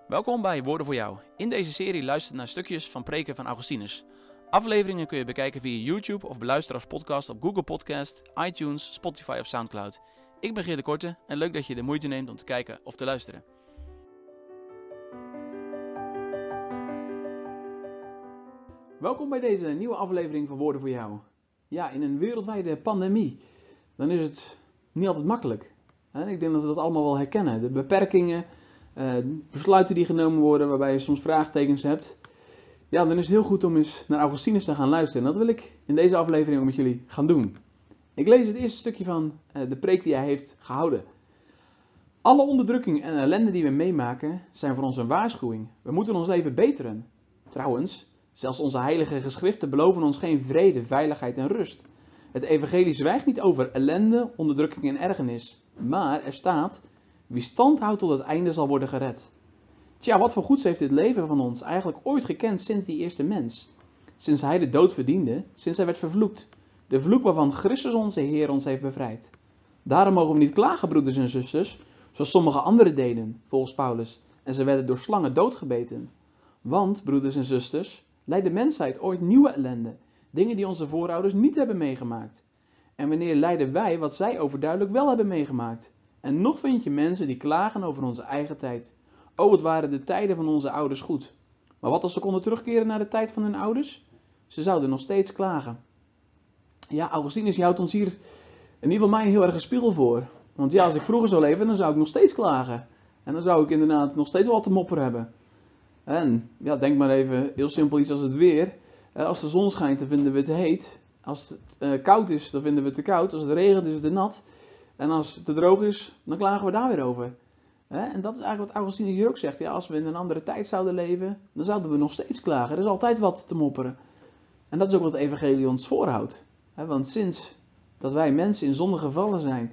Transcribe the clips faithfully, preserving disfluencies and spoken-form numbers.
Welkom bij Woorden voor jou. In deze serie luister je naar stukjes van preken van Augustinus. Afleveringen kun je bekijken via YouTube of beluisteren als podcast op Google Podcast, iTunes, Spotify of Soundcloud. Ik ben Geert de Korte en leuk dat je de moeite neemt om te kijken of te luisteren. Welkom bij deze nieuwe aflevering van Woorden voor jou. Ja, in een wereldwijde pandemie, dan is het niet altijd makkelijk. Ik denk dat we dat allemaal wel herkennen. De beperkingen, uh, besluiten die genomen worden waarbij je soms vraagtekens hebt. Ja, dan is het heel goed om eens naar Augustinus te gaan luisteren. En dat wil ik in deze aflevering ook met jullie gaan doen. Ik lees het eerste stukje van uh, de preek die hij heeft gehouden. Alle onderdrukking en ellende die we meemaken zijn voor ons een waarschuwing. We moeten ons leven beteren. Trouwens, zelfs onze heilige geschriften beloven ons geen vrede, veiligheid en rust. Het evangelie zwijgt niet over ellende, onderdrukking en ergernis. Maar er staat, wie stand houdt tot het einde zal worden gered. Tja, wat voor goeds heeft dit leven van ons eigenlijk ooit gekend sinds die eerste mens? Sinds hij de dood verdiende, sinds hij werd vervloekt. De vloek waarvan Christus onze Heer ons heeft bevrijd. Daarom mogen we niet klagen, broeders en zusters, zoals sommige anderen deden, volgens Paulus. En ze werden door slangen doodgebeten. Want, broeders en zusters, leidt de mensheid ooit nieuwe ellende. Dingen die onze voorouders niet hebben meegemaakt. En wanneer lijden wij wat zij overduidelijk wel hebben meegemaakt? En nog vind je mensen die klagen over onze eigen tijd. Oh, wat waren de tijden van onze ouders goed. Maar wat als ze konden terugkeren naar de tijd van hun ouders? Ze zouden nog steeds klagen. Ja, Augustinus houdt ons hier in ieder geval mij heel erg een spiegel voor. Want ja, als ik vroeger zou leven, dan zou ik nog steeds klagen. En dan zou ik inderdaad nog steeds wat te mopperen hebben. En ja, denk maar even, heel simpel iets als het weer. Als de zon schijnt, dan vinden we het heet. Als het uh, koud is, dan vinden we het te koud. Als het regent, is het te nat. En als het te droog is, dan klagen we daar weer over. En dat is eigenlijk wat Augustinus hier ook zegt. Ja, als we in een andere tijd zouden leven, dan zouden we nog steeds klagen. Er is altijd wat te mopperen. En dat is ook wat het evangelie ons voorhoudt. Want sinds dat wij mensen in zonde gevallen zijn,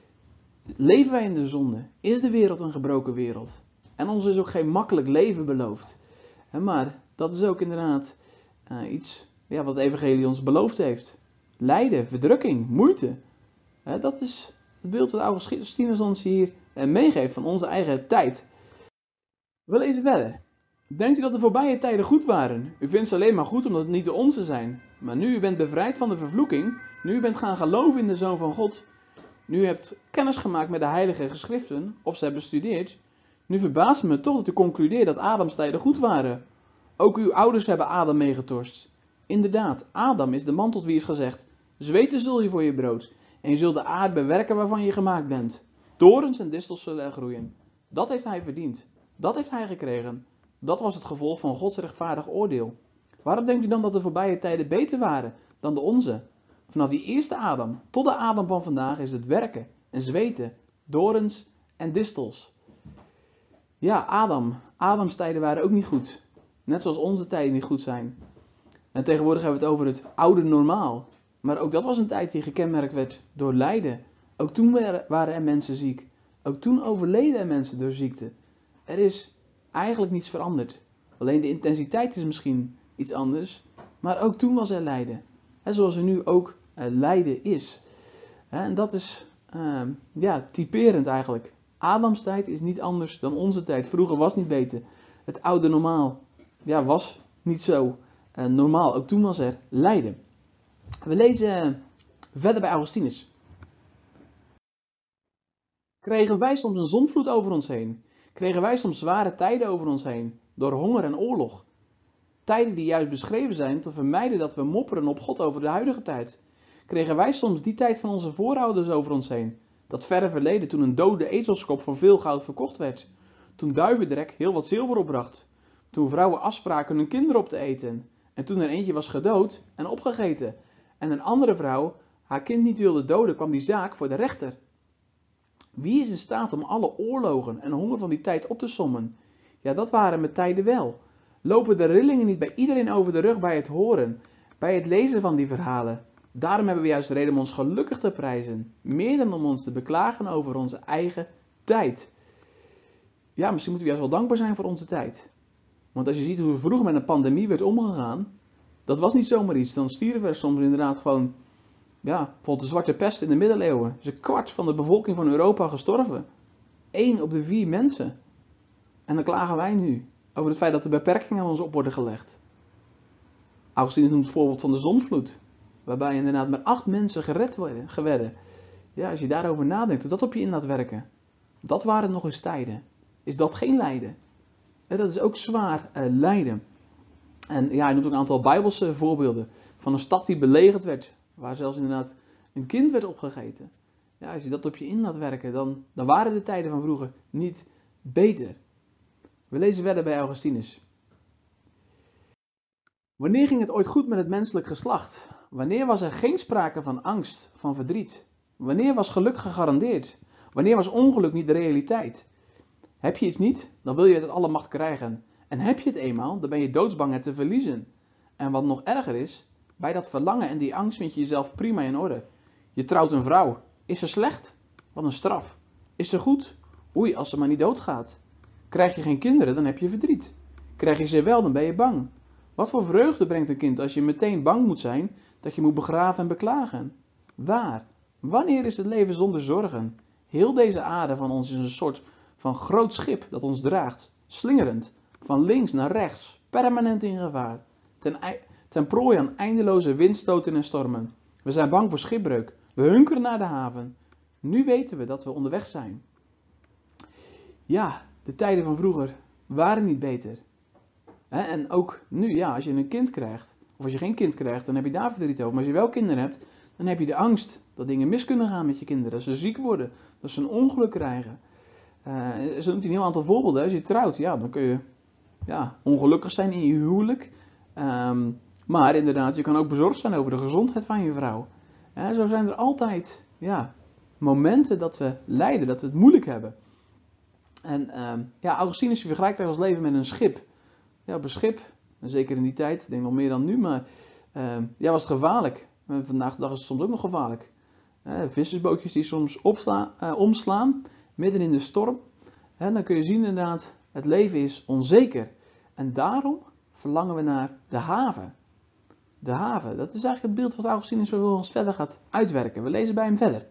leven wij in de zonde. Is de wereld een gebroken wereld. En ons is ook geen makkelijk leven beloofd. Maar dat is ook inderdaad uh, iets ja, wat het evangelie ons beloofd heeft. Lijden, verdrukking, moeite. Dat is het beeld wat Augustinus ons hier meegeeft van onze eigen tijd. We lezen verder. Denkt u dat de voorbije tijden goed waren? U vindt ze alleen maar goed omdat het niet de onze zijn. Maar nu u bent bevrijd van de vervloeking, nu u bent gaan geloven in de Zoon van God, nu u hebt kennis gemaakt met de heilige geschriften, of ze hebben bestudeerd, nu verbaast me toch dat u concludeert dat Adams tijden goed waren. Ook uw ouders hebben Adam meegetorst. Inderdaad, Adam is de man tot wie is gezegd, zweten zul je voor je brood, en je zult de aarde bewerken waarvan je gemaakt bent. Torens en distels zullen er groeien. Dat heeft hij verdiend. Dat heeft hij gekregen. Dat was het gevolg van Gods rechtvaardig oordeel. Waarom denkt u dan dat de voorbije tijden beter waren dan de onze? Vanaf die eerste Adam tot de Adam van vandaag is het werken en zweten, dorens en distels. Ja, Adam. Adams tijden waren ook niet goed. Net zoals onze tijden niet goed zijn. En tegenwoordig hebben we het over het oude normaal. Maar ook dat was een tijd die gekenmerkt werd door lijden. Ook toen waren er mensen ziek. Ook toen overleden er mensen door ziekte. Er is eigenlijk niets veranderd. Alleen de intensiteit is misschien iets anders. Maar ook toen was er lijden. En zoals er nu ook uh, lijden is. En dat is uh, ja, typerend eigenlijk. Adams tijd is niet anders dan onze tijd. Vroeger was niet beter. Het oude normaal ja, was niet zo uh, normaal. Ook toen was er lijden. We lezen uh, verder bij Augustinus. Kregen wij soms een zondvloed over ons heen? Kregen wij soms zware tijden over ons heen? Door honger en oorlog? Tijden die juist beschreven zijn om te vermijden dat we mopperen op God over de huidige tijd. Kregen wij soms die tijd van onze voorouders over ons heen? Dat verre verleden toen een dode ezelskop voor veel goud verkocht werd. Toen duivendrek heel wat zilver opbracht. Toen vrouwen afspraken hun kinderen op te eten. En toen er eentje was gedood en opgegeten. En een andere vrouw haar kind niet wilde doden, kwam die zaak voor de rechter. Wie is in staat om alle oorlogen en honger van die tijd op te sommen? Ja, dat waren met tijden wel. Lopen de rillingen niet bij iedereen over de rug bij het horen, bij het lezen van die verhalen? Daarom hebben we juist reden om ons gelukkig te prijzen. Meer dan om ons te beklagen over onze eigen tijd. Ja, misschien moeten we juist wel dankbaar zijn voor onze tijd. Want als je ziet hoe vroeger met een pandemie werd omgegaan, dat was niet zomaar iets. Dan stierven er soms inderdaad gewoon, ja, bijvoorbeeld de zwarte pest in de middeleeuwen. Is een kwart van de bevolking van Europa gestorven. Eén op de vier mensen. En dan klagen wij nu over het feit dat er beperkingen aan ons op worden gelegd. Augustinus noemt het voorbeeld van de zondvloed. Waarbij inderdaad maar acht mensen gered werden. geworden. Ja, als je daarover nadenkt, dat op je in laat werken. Dat waren nog eens tijden. Is dat geen lijden? En dat is ook zwaar uh, lijden. En ja, hij noemt ook een aantal bijbelse voorbeelden. Van een stad die belegerd werd. Waar zelfs inderdaad een kind werd opgegeten. Ja, als je dat op je in laat werken, dan, dan waren de tijden van vroeger niet beter. We lezen verder bij Augustinus. Wanneer ging het ooit goed met het menselijk geslacht? Wanneer was er geen sprake van angst, van verdriet? Wanneer was geluk gegarandeerd? Wanneer was ongeluk niet de realiteit? Heb je iets niet, dan wil je het alle macht krijgen. En heb je het eenmaal, dan ben je doodsbang het te verliezen. En wat nog erger is, bij dat verlangen en die angst vind je jezelf prima in orde. Je trouwt een vrouw. Is ze slecht? Wat een straf. Is ze goed? Oei, als ze maar niet doodgaat. Krijg je geen kinderen, dan heb je verdriet. Krijg je ze wel, dan ben je bang. Wat voor vreugde brengt een kind als je meteen bang moet zijn dat je moet begraven en beklagen? Waar? Wanneer is het leven zonder zorgen? Heel deze aarde van ons is een soort van groot schip dat ons draagt, slingerend, van links naar rechts, permanent in gevaar, ten, ten prooi aan eindeloze windstoten en stormen. We zijn bang voor schipbreuk, we hunkeren naar de haven. Nu weten we dat we onderweg zijn. Ja, de tijden van vroeger waren niet beter. En ook nu, ja, als je een kind krijgt, of als je geen kind krijgt, dan heb je daar verdriet over. Maar als je wel kinderen hebt, dan heb je de angst dat dingen mis kunnen gaan met je kinderen. Dat ze ziek worden, dat ze een ongeluk krijgen. Uh, zo noemt hij een heel aantal voorbeelden. Als je trouwt, ja, dan kun je ja, ongelukkig zijn in je huwelijk. Um, maar inderdaad, je kan ook bezorgd zijn over de gezondheid van je vrouw. Uh, zo zijn er altijd ja, momenten dat we lijden, dat we het moeilijk hebben. En um, ja, Augustinus vergelijkt ons leven met een schip. Ja, op een schip, en zeker in die tijd, ik denk nog meer dan nu, maar uh, ja, was het gevaarlijk. En vandaag de dag is het soms ook nog gevaarlijk. Uh, vissersbootjes die soms opsla, uh, omslaan, midden in de storm. En dan kun je zien inderdaad, het leven is onzeker. En daarom verlangen we naar de haven. De haven, dat is eigenlijk het beeld wat Augustinus vervolgens verder gaat uitwerken. We lezen bij hem verder.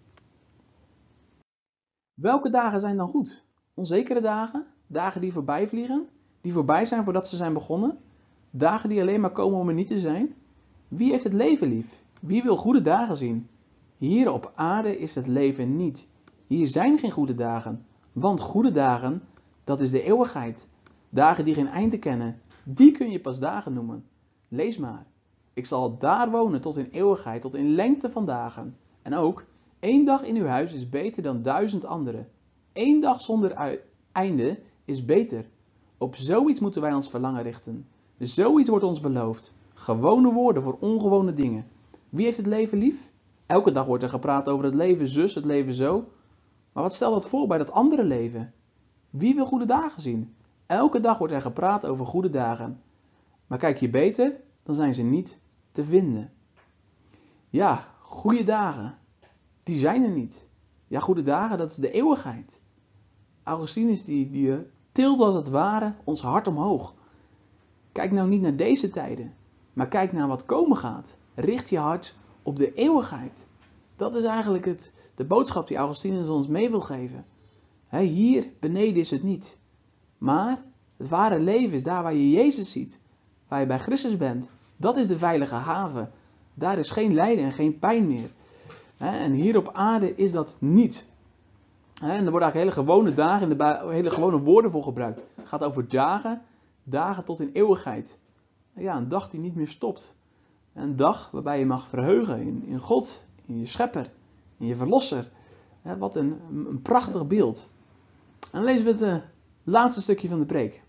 Welke dagen zijn dan goed? Onzekere dagen? Dagen die voorbij vliegen? Die voorbij zijn voordat ze zijn begonnen? Dagen die alleen maar komen om er niet te zijn? Wie heeft het leven lief? Wie wil goede dagen zien? Hier op aarde is het leven niet. Hier zijn geen goede dagen. Want goede dagen, dat is de eeuwigheid. Dagen die geen einde kennen, die kun je pas dagen noemen. Lees maar. Ik zal daar wonen tot in eeuwigheid, tot in lengte van dagen. En ook, één dag in uw huis is beter dan duizend andere. Eén dag zonder einde is beter. Op zoiets moeten wij ons verlangen richten. Zoiets wordt ons beloofd. Gewone woorden voor ongewone dingen. Wie heeft het leven lief? Elke dag wordt er gepraat over het leven zus, het leven zo. Maar wat stelt dat voor bij dat andere leven? Wie wil goede dagen zien? Elke dag wordt er gepraat over goede dagen. Maar kijk je beter, dan zijn ze niet te vinden. Ja, goede dagen, die zijn er niet. Ja, goede dagen, dat is de eeuwigheid. Augustinus die, die tilt als het ware ons hart omhoog. Kijk nou niet naar deze tijden, maar kijk naar wat komen gaat. Richt je hart op de eeuwigheid. Dat is eigenlijk het, de boodschap die Augustinus ons mee wil geven. He, hier beneden is het niet. Maar het ware leven is daar waar je Jezus ziet. Waar je bij Christus bent. Dat is de veilige haven. Daar is geen lijden en geen pijn meer. He, en hier op aarde is dat niet. He, en er worden eigenlijk hele gewone dagen, in de hele gewone woorden voor gebruikt. Het gaat over dagen, dagen tot in eeuwigheid. Ja, een dag die niet meer stopt. Een dag waarbij je mag verheugen in, in God, in je schepper, in je verlosser. He, wat een, een prachtig beeld. En dan lezen we het uh, laatste stukje van de preek.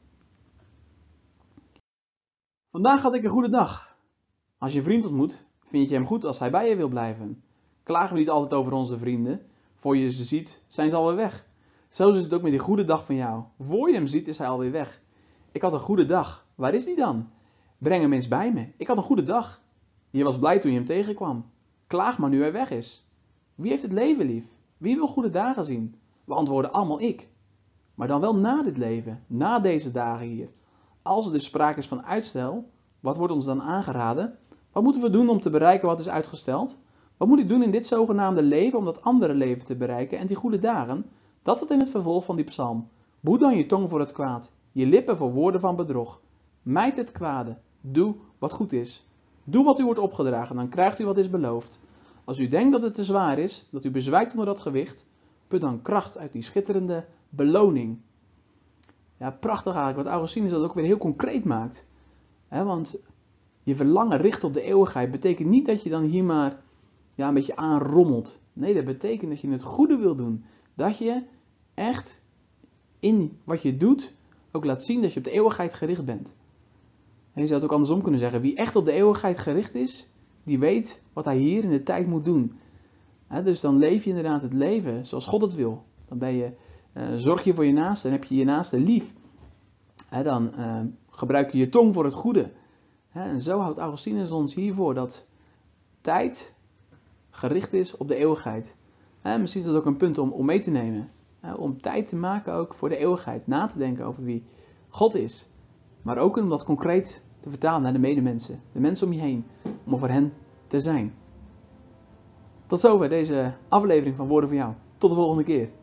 Vandaag had ik een goede dag. Als je een vriend ontmoet, vind je hem goed als hij bij je wil blijven. Klagen we niet altijd over onze vrienden. Voor je ze ziet, zijn ze alweer weg. Zo is het ook met die goede dag van jou. Voor je hem ziet, is hij alweer weg. Ik had een goede dag. Waar is die dan? Breng hem eens bij me. Ik had een goede dag. Je was blij toen je hem tegenkwam. Klaag maar nu hij weg is. Wie heeft het leven lief? Wie wil goede dagen zien? We antwoorden allemaal ik. Maar dan wel na dit leven, na deze dagen hier. Als er dus sprake is van uitstel, wat wordt ons dan aangeraden? Wat moeten we doen om te bereiken wat is uitgesteld? Wat moet ik doen in dit zogenaamde leven om dat andere leven te bereiken en die goede dagen? Dat staat in het vervolg van die psalm. Behoed dan je tong voor het kwaad, je lippen voor woorden van bedrog. Mijd het kwade, doe wat goed is. Doe wat u wordt opgedragen, dan krijgt u wat is beloofd. Als u denkt dat het te zwaar is, dat u bezwijkt onder dat gewicht, put dan kracht uit die schitterende beloning. Ja, prachtig eigenlijk, wat Augustinus dat ook weer heel concreet maakt. He, want je verlangen richt op de eeuwigheid betekent niet dat je dan hier maar ja, een beetje aanrommelt. Nee, dat betekent dat je het goede wil doen. Dat je echt in wat je doet ook laat zien dat je op de eeuwigheid gericht bent. En je zou het ook andersom kunnen zeggen. Wie echt op de eeuwigheid gericht is, die weet wat hij hier in de tijd moet doen. He, dus dan leef je inderdaad het leven zoals God het wil. Dan ben je, uh, zorg je voor je naaste en heb je je naaste lief. He, dan uh, gebruik je je tong voor het goede. He, en zo houdt Augustinus ons hiervoor dat tijd gericht is op de eeuwigheid. He, misschien is dat ook een punt om, om mee te nemen. He, om tijd te maken ook voor de eeuwigheid. Na te denken over wie God is. Maar ook om dat concreet te vertalen naar de medemensen. De mensen om je heen. Om er voor hen te zijn. Tot zover deze aflevering van Woorden voor jou. Tot de volgende keer.